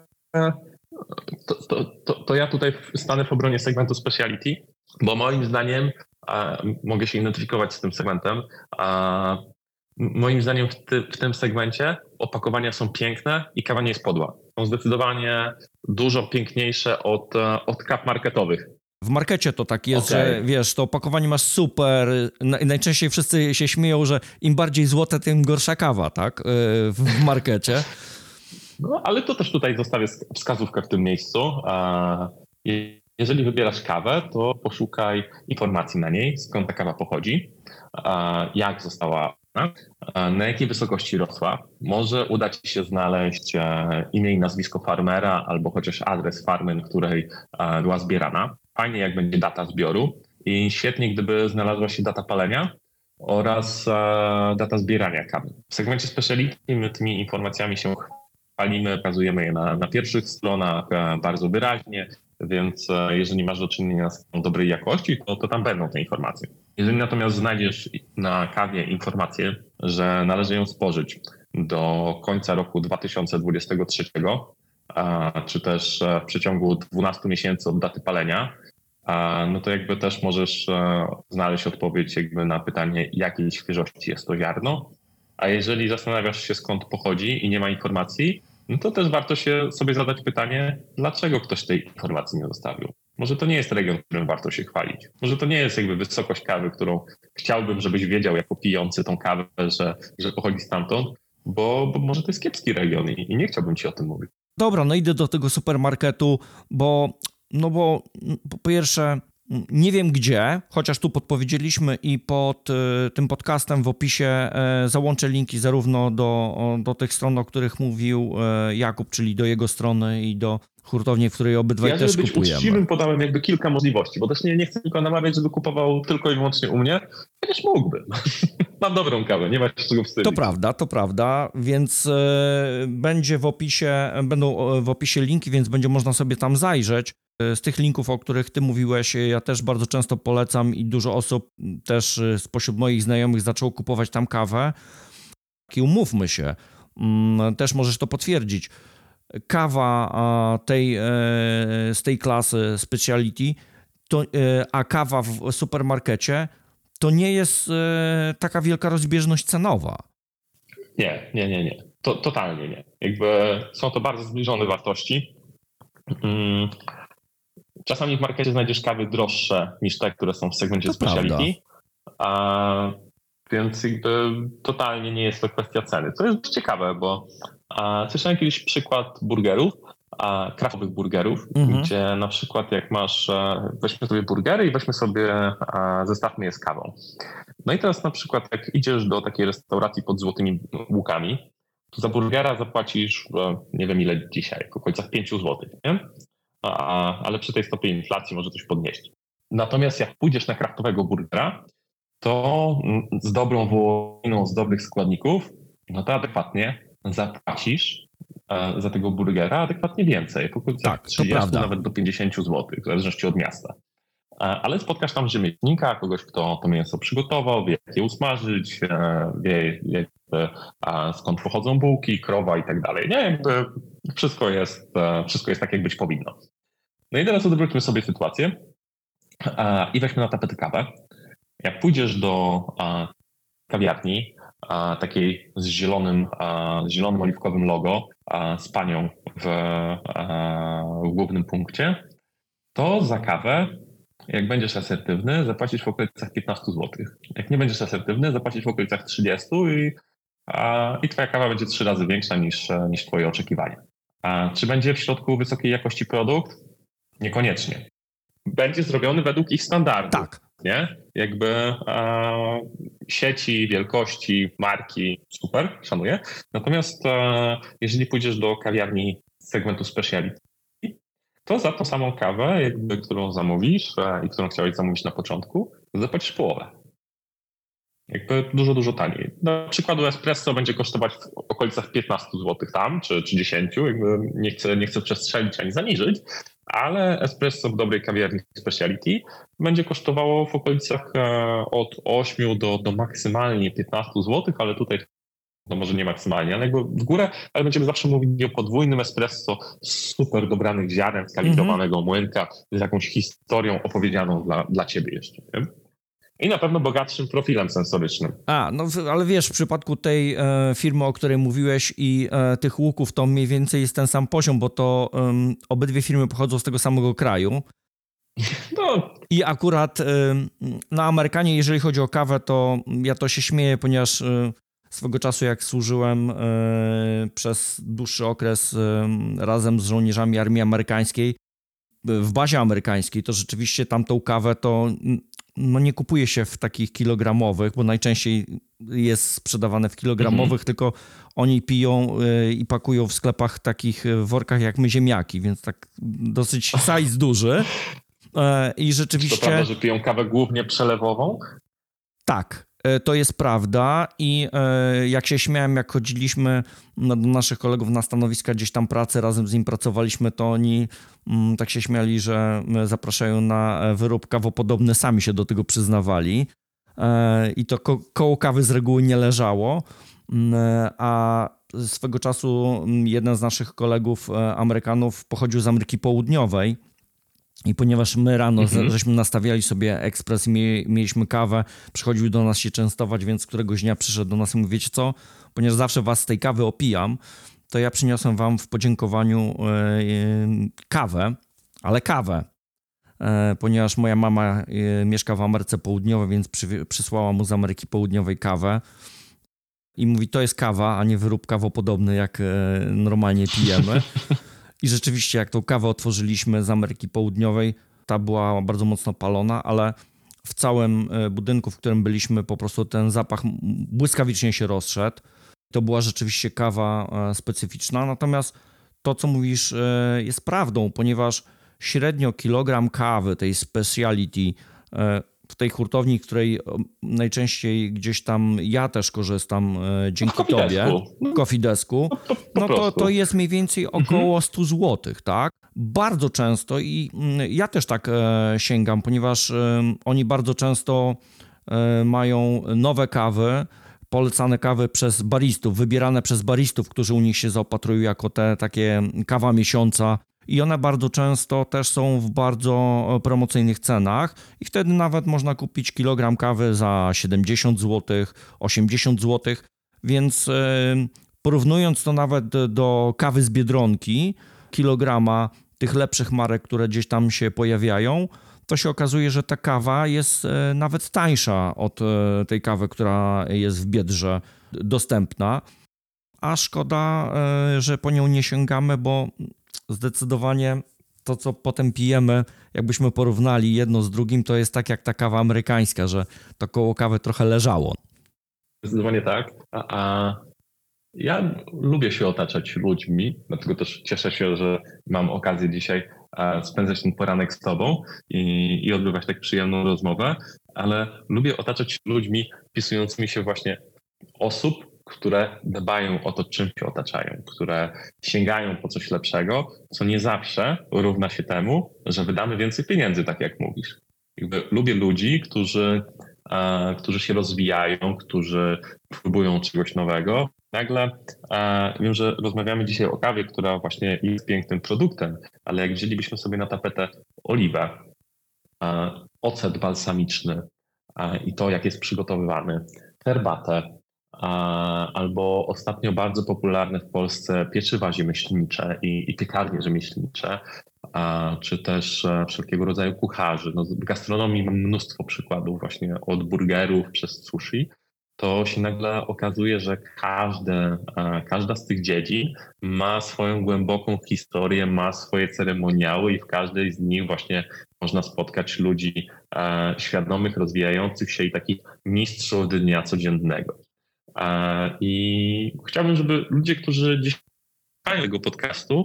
To ja tutaj stanę w obronie segmentu speciality, bo moim zdaniem mogę się identyfikować z tym segmentem. Moim zdaniem w tym segmencie opakowania są piękne i kawa nie jest podła. Są zdecydowanie dużo piękniejsze od kaw marketowych. W markecie to tak jest, że wiesz, to opakowanie masz super. Najczęściej wszyscy się śmieją, że im bardziej złote, tym gorsza kawa, tak? W markecie. No, ale to też tutaj zostawię wskazówkę w tym miejscu. Jeżeli wybierasz kawę, to poszukaj informacji na niej, skąd ta kawa pochodzi, jak została, na jakiej wysokości rosła. Może uda ci się znaleźć imię i nazwisko farmera albo chociaż adres farmy, na której była zbierana. Fajnie, jak będzie data zbioru i świetnie, gdyby znalazła się data palenia oraz data zbierania kawy. W segmencie speciality my tymi informacjami się chwalimy, pokazujemy je na pierwszych stronach bardzo wyraźnie, więc jeżeli masz do czynienia z dobrej jakości, to tam będą te informacje. Jeżeli natomiast znajdziesz na kawie informację, że należy ją spożyć do końca roku 2023, czy też w przeciągu 12 miesięcy od daty palenia, no to jakby też możesz znaleźć odpowiedź jakby na pytanie, jakiej świeżości jest to ziarno. A jeżeli zastanawiasz się, skąd pochodzi i nie ma informacji, no to też warto się sobie zadać pytanie, dlaczego ktoś tej informacji nie zostawił. Może to nie jest region, którym warto się chwalić. Może to nie jest jakby wysokość kawy, którą chciałbym, żebyś wiedział jako pijący tą kawę, że pochodzi stamtąd, bo może to jest kiepski region i nie chciałbym ci o tym mówić. Dobra, no idę do tego supermarketu, bo po pierwsze nie wiem gdzie, chociaż tu podpowiedzieliśmy i pod tym podcastem w opisie załączę linki zarówno do tych stron, o których mówił Jakub, czyli do jego strony i do hurtowni, w której obydwaj też żeby być kupujemy. uczciwym, podałem jakby kilka możliwości, bo też nie chcę tylko namawiać, żeby kupował tylko i wyłącznie u mnie, chociaż mógłbym. Mam dobrą kawę, nie ma się czego wstydzić. To prawda, więc będą w opisie linki, więc będzie można sobie tam zajrzeć. Z tych linków, o których ty mówiłeś, ja też bardzo często polecam i dużo osób też spośród moich znajomych zaczęło kupować tam kawę. I umówmy się, też możesz to potwierdzić. Kawa z tej klasy speciality, a kawa w supermarkecie to nie jest taka wielka rozbieżność cenowa. Nie. Totalnie nie. Jakby są to bardzo zbliżone wartości. Czasami w markecie znajdziesz kawy droższe niż te, które są w segmencie To speciality. Więc jakby totalnie nie jest to kwestia ceny. To jest ciekawe, bo słyszałem kiedyś przykład burgerów, craftowych burgerów, gdzie na przykład jak weźmy sobie burgery i weźmy sobie, zestawmy je z kawą. No i teraz na przykład jak idziesz do takiej restauracji pod Złotymi Łukami, to za burgera zapłacisz, nie wiem ile dzisiaj, w okolicach 5 zł, nie? Ale przy tej stopie inflacji może coś podnieść. Natomiast jak pójdziesz na kraftowego burgera, to z dobrą wołowiną, z dobrych składników, no to adekwatnie zapłacisz za tego burgera adekwatnie więcej, w okolicach 30 nawet do 50 zł, w zależności od miasta. Ale spotkasz tam rzemieślnika, kogoś, kto to mięso przygotował, wie jak je usmażyć, wie skąd pochodzą bułki, krowa i tak dalej. Nie, jakby wszystko jest tak, jak być powinno. No i teraz odwróćmy sobie sytuację i weźmy na tapetę kawę. Jak pójdziesz do kawiarni, takiej z zielonym oliwkowym logo, z panią w głównym punkcie, to za kawę, jak będziesz asertywny, zapłacisz w okolicach 15 zł. Jak nie będziesz asertywny, zapłacisz w okolicach 30 i twoja kawa będzie 3 razy większa niż twoje oczekiwania. Czy będzie w środku wysokiej jakości produkt? Niekoniecznie. Będzie zrobiony według ich standardów. Tak. Nie? Jakby sieci, wielkości, marki, super, szanuję. Natomiast jeżeli pójdziesz do kawiarni z segmentu speciality, to za tą samą kawę, którą zamówisz i którą chciałeś zamówić na początku, zapłacisz połowę. Jakby dużo taniej. Na przykładu espresso będzie kosztować w okolicach 15 zł tam, czy 10, jakby nie chcę przestrzelić ani zaniżyć, ale espresso w dobrej kawiarni speciality będzie kosztowało w okolicach od 8 do maksymalnie 15 zł, ale tutaj no może nie maksymalnie, ale jakby w górę, ale będziemy zawsze mówić o podwójnym espresso z super dobranych ziaren, skalibrowanego młynka, z jakąś historią opowiedzianą dla ciebie jeszcze. Nie? I na pewno bogatszym profilem sensorycznym. No ale wiesz, w przypadku tej firmy, o której mówiłeś i tych łuków, to mniej więcej jest ten sam poziom, bo to obydwie firmy pochodzą z tego samego kraju. No. I akurat na Amerykanie, jeżeli chodzi o kawę, to ja to się śmieję, ponieważ swego czasu jak służyłem przez dłuższy okres razem z żołnierzami armii amerykańskiej, w bazie amerykańskiej, to rzeczywiście tamtą kawę to nie kupuje się w takich kilogramowych, bo najczęściej jest sprzedawane w kilogramowych, tylko oni piją i pakują w sklepach takich workach jak my ziemniaki, więc tak dosyć size duży. I rzeczywiście... To prawda, że piją kawę głównie przelewową? Tak, to jest prawda i jak się śmiałem, jak chodziliśmy do naszych kolegów na stanowiska gdzieś tam pracy, razem z nim pracowaliśmy, to oni tak się śmiali, że zapraszają na wyrób kawopodobny, sami się do tego przyznawali i to koło kawy z reguły nie leżało, a swego czasu jeden z naszych kolegów Amerykanów pochodził z Ameryki Południowej. I ponieważ my rano żeśmy nastawiali sobie ekspres i mieliśmy kawę, przychodził do nas się częstować, więc któregoś dnia przyszedł do nas i mówi, wiecie co, ponieważ zawsze was z tej kawy opijam, to ja przyniosłem wam w podziękowaniu kawę, ale kawę, ponieważ moja mama mieszka w Ameryce Południowej, więc przysłała mu z Ameryki Południowej kawę i mówi, to jest kawa, a nie wyrób kawopodobny, jak normalnie pijemy. I rzeczywiście, jak tą kawę otworzyliśmy z Ameryki Południowej, ta była bardzo mocno palona, ale w całym budynku, w którym byliśmy, po prostu ten zapach błyskawicznie się rozszedł. To była rzeczywiście kawa specyficzna. Natomiast to, co mówisz, jest prawdą, ponieważ średnio kilogram kawy, tej speciality, w tej hurtowni, w której najczęściej gdzieś tam ja też korzystam dzięki tobie, Coffee Desku, no to jest mniej więcej około 100 zł, tak? Bardzo często i ja też tak sięgam, ponieważ oni bardzo często mają nowe kawy, polecane kawy przez baristów, wybierane przez baristów, którzy u nich się zaopatrują jako te takie kawa miesiąca i one bardzo często też są w bardzo promocyjnych cenach i wtedy nawet można kupić kilogram kawy za 70 zł, 80 zł, więc porównując to nawet do kawy z Biedronki, kilograma tych lepszych marek, które gdzieś tam się pojawiają, to się okazuje, że ta kawa jest nawet tańsza od tej kawy, która jest w Biedrze dostępna, a szkoda, że po nią nie sięgamy, bo zdecydowanie to, co potem pijemy, jakbyśmy porównali jedno z drugim, to jest tak jak ta kawa amerykańska, że to koło kawy trochę leżało. Zdecydowanie tak. Ja lubię się otaczać ludźmi, dlatego też cieszę się, że mam okazję dzisiaj spędzać ten poranek z tobą i odbywać tak przyjemną rozmowę, ale lubię otaczać się ludźmi wpisującymi się właśnie osób, które dbają o to, czym się otaczają, które sięgają po coś lepszego, co nie zawsze równa się temu, że wydamy więcej pieniędzy, tak jak mówisz. Lubię ludzi, którzy się rozwijają, którzy próbują czegoś nowego. Nagle wiem, że rozmawiamy dzisiaj o kawie, która właśnie jest pięknym produktem, ale jak wzięlibyśmy sobie na tapetę oliwę, ocet balsamiczny i to, jak jest przygotowywany, herbatę, albo ostatnio bardzo popularne w Polsce pieczywa rzemieślnicze i piekarnie rzemieślnicze, czy też wszelkiego rodzaju kucharzy. No, w gastronomii mam mnóstwo przykładów właśnie od burgerów przez sushi. To się nagle okazuje, że każda z tych dziedzin ma swoją głęboką historię, ma swoje ceremoniały i w każdej z nich właśnie można spotkać ludzi świadomych, rozwijających się i takich mistrzów dnia codziennego. I chciałbym, żeby ludzie, którzy dziś słuchają tego podcastu,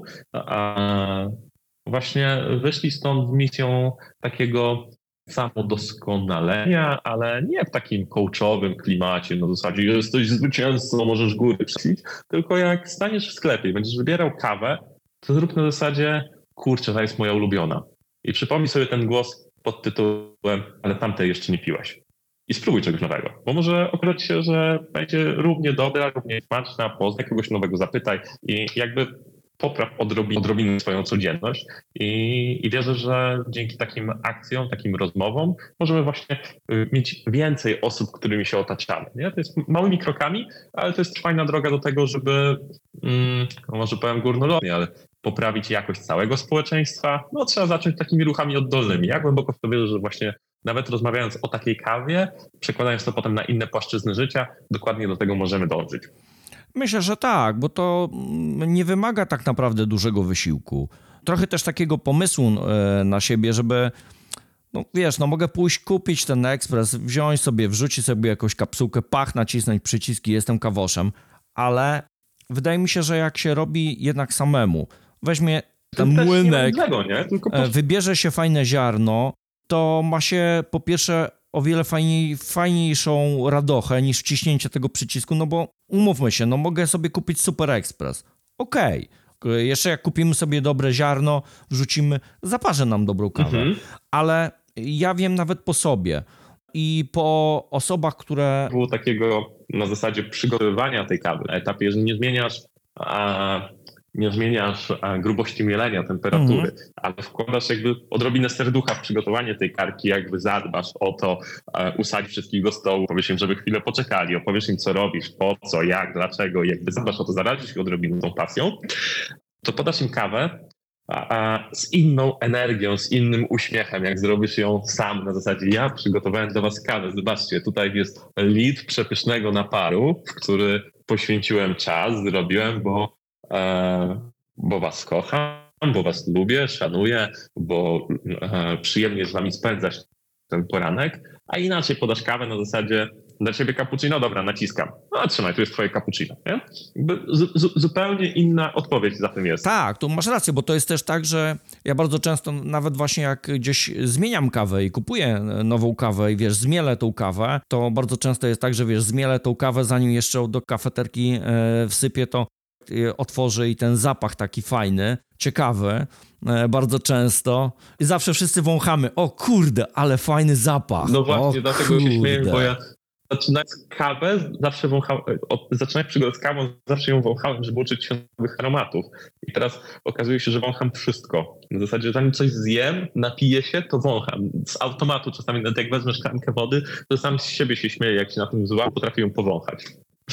właśnie wyszli stąd z misją takiego samodoskonalenia, ale nie w takim coachowym klimacie, na zasadzie jesteś zwycięzcą, możesz góry przejść, tylko jak staniesz w sklepie i będziesz wybierał kawę, to zrób na zasadzie, kurczę, ta jest moja ulubiona. I przypomnij sobie ten głos pod tytułem, ale tamtej jeszcze nie piłeś. I spróbuj czegoś nowego, bo może okazać się, że będzie równie dobra, równie smaczna, poznaj kogoś nowego, zapytaj i jakby popraw odrobinę swoją codzienność i wierzę, że dzięki takim akcjom, takim rozmowom możemy właśnie mieć więcej osób, którymi się otaczamy. Nie? To jest małymi krokami, ale to jest fajna droga do tego, żeby, może powiem górnolotnie, ale poprawić jakość całego społeczeństwa. No trzeba zacząć takimi ruchami oddolnymi. Ja głęboko w to wierzę, że właśnie nawet rozmawiając o takiej kawie, przekładając to potem na inne płaszczyzny życia, dokładnie do tego możemy dążyć. Myślę, że tak, bo to nie wymaga tak naprawdę dużego wysiłku. Trochę też takiego pomysłu na siebie, żeby, no wiesz, no mogę pójść kupić ten ekspres, wziąć sobie, wrzucić sobie jakąś kapsułkę, nacisnąć przyciski, jestem kawoszem, ale wydaje mi się, że jak się robi jednak samemu, weźmie ten młynek, wybierze się fajne ziarno, to ma się po pierwsze o wiele fajniejszą radochę niż wciśnięcie tego przycisku, no bo umówmy się, no mogę sobie kupić Super Express. Okej. Jeszcze jak kupimy sobie dobre ziarno, wrzucimy, zaparzy nam dobrą kawę. Ale ja wiem nawet po sobie i po osobach, które... Było takiego na zasadzie przygotowywania tej kawy na etapie, że nie zmieniasz grubości mielenia, temperatury, ale wkładasz jakby odrobinę serducha w przygotowanie tej karki, jakby zadbasz o to, usadź wszystkich do stołu, powiesz im, żeby chwilę poczekali, opowiesz im, co robisz, po co, jak, dlaczego, jakby zadbasz o to, zarazisz ich odrobinę tą pasją, to podasz im kawę z inną energią, z innym uśmiechem, jak zrobisz ją sam na zasadzie ja przygotowałem dla was kawę, zobaczcie, tutaj jest litr przepysznego naparu, w który poświęciłem czas, zrobiłem, bo was kocham, bo was lubię, szanuję, bo przyjemnie jest z wami spędzać ten poranek, a inaczej podasz kawę na zasadzie dla ciebie cappuccino, dobra, naciskam. No trzymaj, tu jest twoje cappuccino. Nie? Jakby zupełnie inna odpowiedź za tym jest. Tak, tu masz rację, bo to jest też tak, że ja bardzo często, nawet właśnie jak gdzieś zmieniam kawę i kupuję nową kawę i wiesz, zmielę tą kawę, to bardzo często jest tak, że wiesz, zmielę tą kawę, zanim jeszcze do kafeterki wsypię, to otworzę i ten zapach taki fajny, ciekawy, bardzo często. I zawsze wszyscy wąchamy, o kurde, ale fajny zapach. No właśnie, o dlatego się śmieję, kurde. bo ja zaczynając kawę, zawsze zaczynając przygodę z kawą, zawsze ją wąchałem, żeby uczyć się nowych aromatów. I teraz okazuje się, że wącham wszystko. W zasadzie, zanim coś zjem, napiję się, to wącham. Z automatu czasami, nawet jak wezmę szklankę wody, to sam z siebie się śmieję, jak się na tym złapie, potrafię ją powąchać.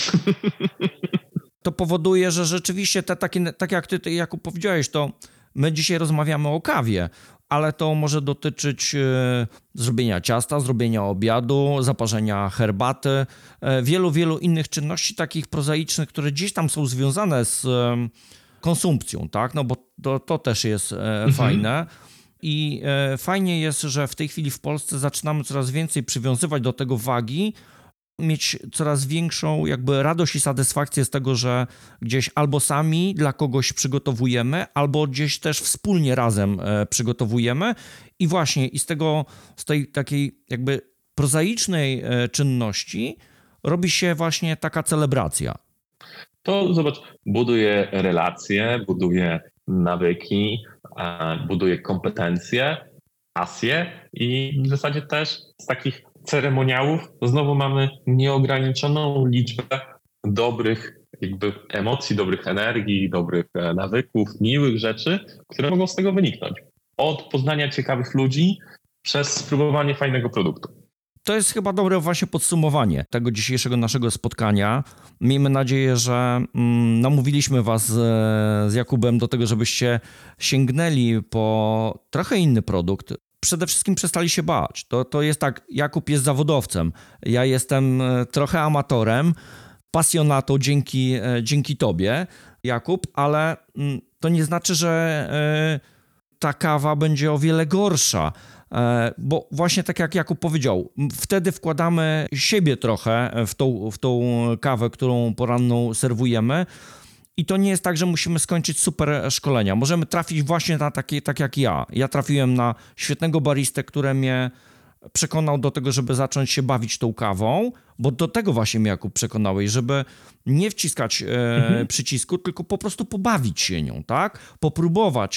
To powoduje, że rzeczywiście tak jak ty, Jakub, powiedziałeś, to my dzisiaj rozmawiamy o kawie, ale to może dotyczyć zrobienia ciasta, zrobienia obiadu, zaparzenia herbaty, wielu innych czynności takich prozaicznych, które gdzieś tam są związane z konsumpcją, tak? No bo to też jest fajne. I fajnie jest, że w tej chwili w Polsce zaczynamy coraz więcej przywiązywać do tego wagi, mieć coraz większą jakby radość i satysfakcję z tego, że gdzieś albo sami dla kogoś przygotowujemy, albo gdzieś też wspólnie razem przygotowujemy i właśnie z tej takiej jakby prozaicznej czynności robi się właśnie taka celebracja. To zobacz, buduje relacje, buduje nawyki, buduje kompetencje, pasje i w zasadzie też z takich ceremoniałów znowu mamy nieograniczoną liczbę dobrych jakby emocji, dobrych energii, dobrych nawyków, miłych rzeczy, które mogą z tego wyniknąć. Od poznania ciekawych ludzi przez spróbowanie fajnego produktu. To jest chyba dobre właśnie podsumowanie tego dzisiejszego naszego spotkania. Miejmy nadzieję, że namówiliśmy was z Jakubem do tego, żebyście sięgnęli po trochę inny produkt. Przede wszystkim przestali się bać. To jest tak, Jakub jest zawodowcem, ja jestem trochę amatorem, pasjonatą dzięki tobie, Jakub, ale to nie znaczy, że ta kawa będzie o wiele gorsza. Bo właśnie tak jak Jakub powiedział, wtedy wkładamy siebie trochę w tą kawę, którą poranną serwujemy i to nie jest tak, że musimy skończyć super szkolenia. Możemy trafić właśnie na takie, tak jak ja. Ja trafiłem na świetnego baristę, który mnie przekonał do tego, żeby zacząć się bawić tą kawą, bo do tego właśnie mnie, Jakub, przekonałeś, żeby nie wciskać przycisku, tylko po prostu pobawić się nią, tak? Popróbować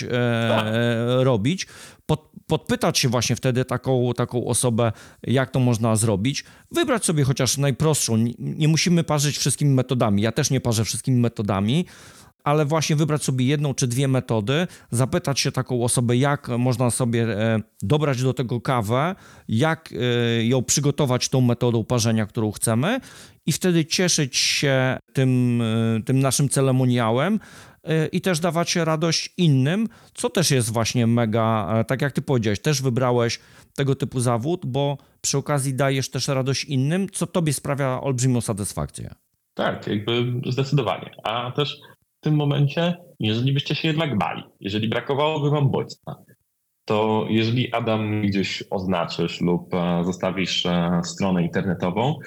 robić, podpytać się właśnie wtedy taką osobę, jak to można zrobić, wybrać sobie chociaż najprostszą, nie musimy parzyć wszystkimi metodami, ja też nie parzę wszystkimi metodami, ale właśnie wybrać sobie jedną czy dwie metody, zapytać się taką osobę, jak można sobie dobrać do tego kawę, jak ją przygotować tą metodą parzenia, którą chcemy i wtedy cieszyć się tym naszym ceremoniałem i też dawać radość innym, co też jest właśnie mega, tak jak ty powiedziałeś, też wybrałeś tego typu zawód, bo przy okazji dajesz też radość innym, co tobie sprawia olbrzymią satysfakcję. Tak, jakby zdecydowanie. A też w tym momencie, jeżeli byście się jednak bali, jeżeli brakowałoby wam bodźca, to jeżeli Adam gdzieś oznaczysz lub zostawisz stronę internetową,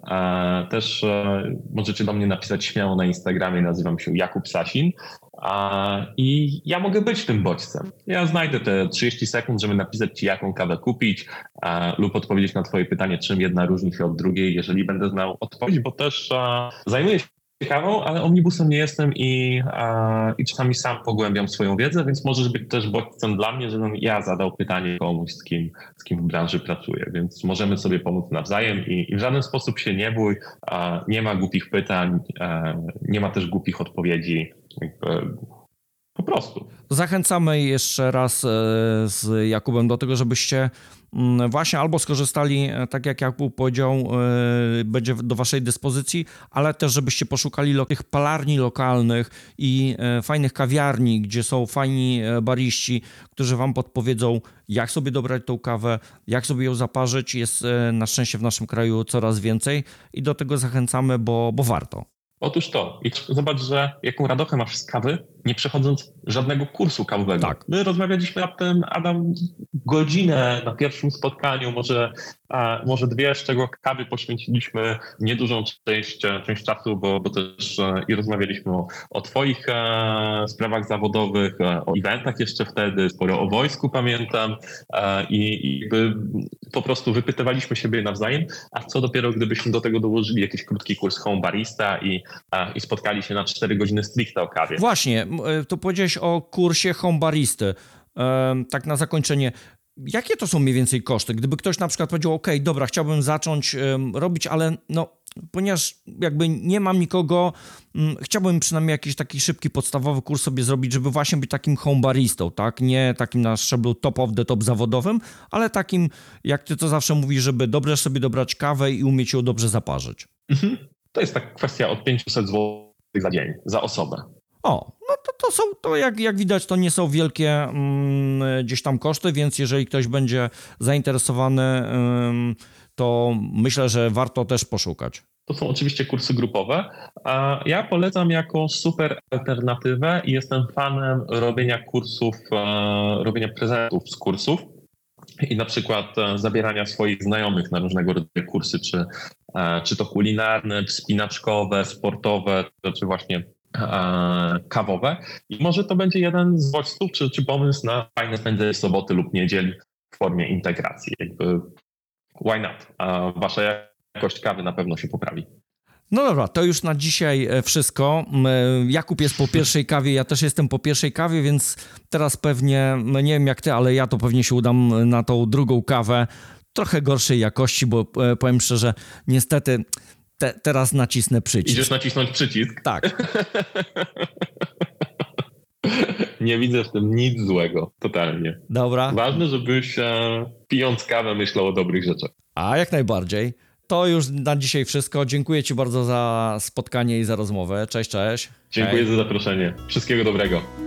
też możecie do mnie napisać śmiało na Instagramie, nazywam się Jakub Sasin i ja mogę być tym bodźcem. Ja znajdę te 30 sekund, żeby napisać ci, jaką kawę kupić lub odpowiedzieć na twoje pytanie, czym jedna różni się od drugiej, jeżeli będę znał odpowiedź, bo też zajmuję się kawą, ale omnibusem nie jestem i czasami sam pogłębiam swoją wiedzę, więc możesz być też bodźcem dla mnie, żebym ja zadał pytanie komuś, z kim w branży pracuję, więc możemy sobie pomóc nawzajem i w żaden sposób się nie bój, nie ma głupich pytań, nie ma też głupich odpowiedzi. prostu. Zachęcamy jeszcze raz z Jakubem do tego, żebyście właśnie albo skorzystali, tak jak Jakub powiedział, będzie do waszej dyspozycji, ale też żebyście poszukali tych palarni lokalnych i fajnych kawiarni, gdzie są fajni bariści, którzy wam podpowiedzą, jak sobie dobrać tą kawę, jak sobie ją zaparzyć. Jest na szczęście w naszym kraju coraz więcej i do tego zachęcamy, bo warto. Otóż to. I zobacz, że jaką radochę masz z kawy, nie przechodząc żadnego kursu kawowego. Tak. My rozmawialiśmy nad tym, Adam, godzinę na pierwszym spotkaniu, może dwie, z czego kawy poświęciliśmy niedużą część czasu, bo też i rozmawialiśmy o twoich sprawach zawodowych, o eventach jeszcze wtedy, sporo o wojsku pamiętam i jakby po prostu wypytywaliśmy siebie nawzajem, a co dopiero gdybyśmy do tego dołożyli jakiś krótki kurs home barista i spotkali się na 4 godziny stricte o kawie. Właśnie, to powiedziałeś o kursie home baristy. Tak na zakończenie, jakie to są mniej więcej koszty? Gdyby ktoś na przykład powiedział, ok, dobra, chciałbym zacząć robić, ale no, ponieważ jakby nie mam nikogo, chciałbym przynajmniej jakiś taki szybki, podstawowy kurs sobie zrobić, żeby właśnie być takim home baristą, tak? Nie takim na szczeblu top of the top zawodowym, ale takim, jak ty to zawsze mówisz, żeby dobrze sobie dobrać kawę i umieć ją dobrze zaparzyć. Mhm. To jest tak kwestia od 500 zł za dzień, za osobę. O, no to są, to jak widać, to nie są wielkie gdzieś tam koszty, więc jeżeli ktoś będzie zainteresowany, to myślę, że warto też poszukać. To są oczywiście kursy grupowe, a ja polecam jako super alternatywę i jestem fanem robienia kursów, robienia prezentów z kursów i na przykład zabierania swoich znajomych na różnego rodzaju kursy, czy to kulinarne, czy spinaczkowe, sportowe, czy właśnie kawowe. I może to będzie jeden z bodźców, czy pomysł na fajne spędzenie soboty lub niedzieli w formie integracji. Jakby why not? A wasza jakość kawy na pewno się poprawi. No dobra, to już na dzisiaj wszystko. Jakub jest po pierwszej kawie, ja też jestem po pierwszej kawie, więc teraz pewnie, no nie wiem jak ty, ale ja to pewnie się udam na tą drugą kawę. Trochę gorszej jakości, bo powiem szczerze, niestety teraz nacisnę przycisk. Idziesz nacisnąć przycisk? Tak. Nie widzę w tym nic złego, totalnie. Dobra. Ważne, żebyś pijąc kawę myślał o dobrych rzeczach. A jak najbardziej. To już na dzisiaj wszystko. Dziękuję ci bardzo za spotkanie i za rozmowę. Cześć, cześć. Dziękuję za zaproszenie. Wszystkiego dobrego.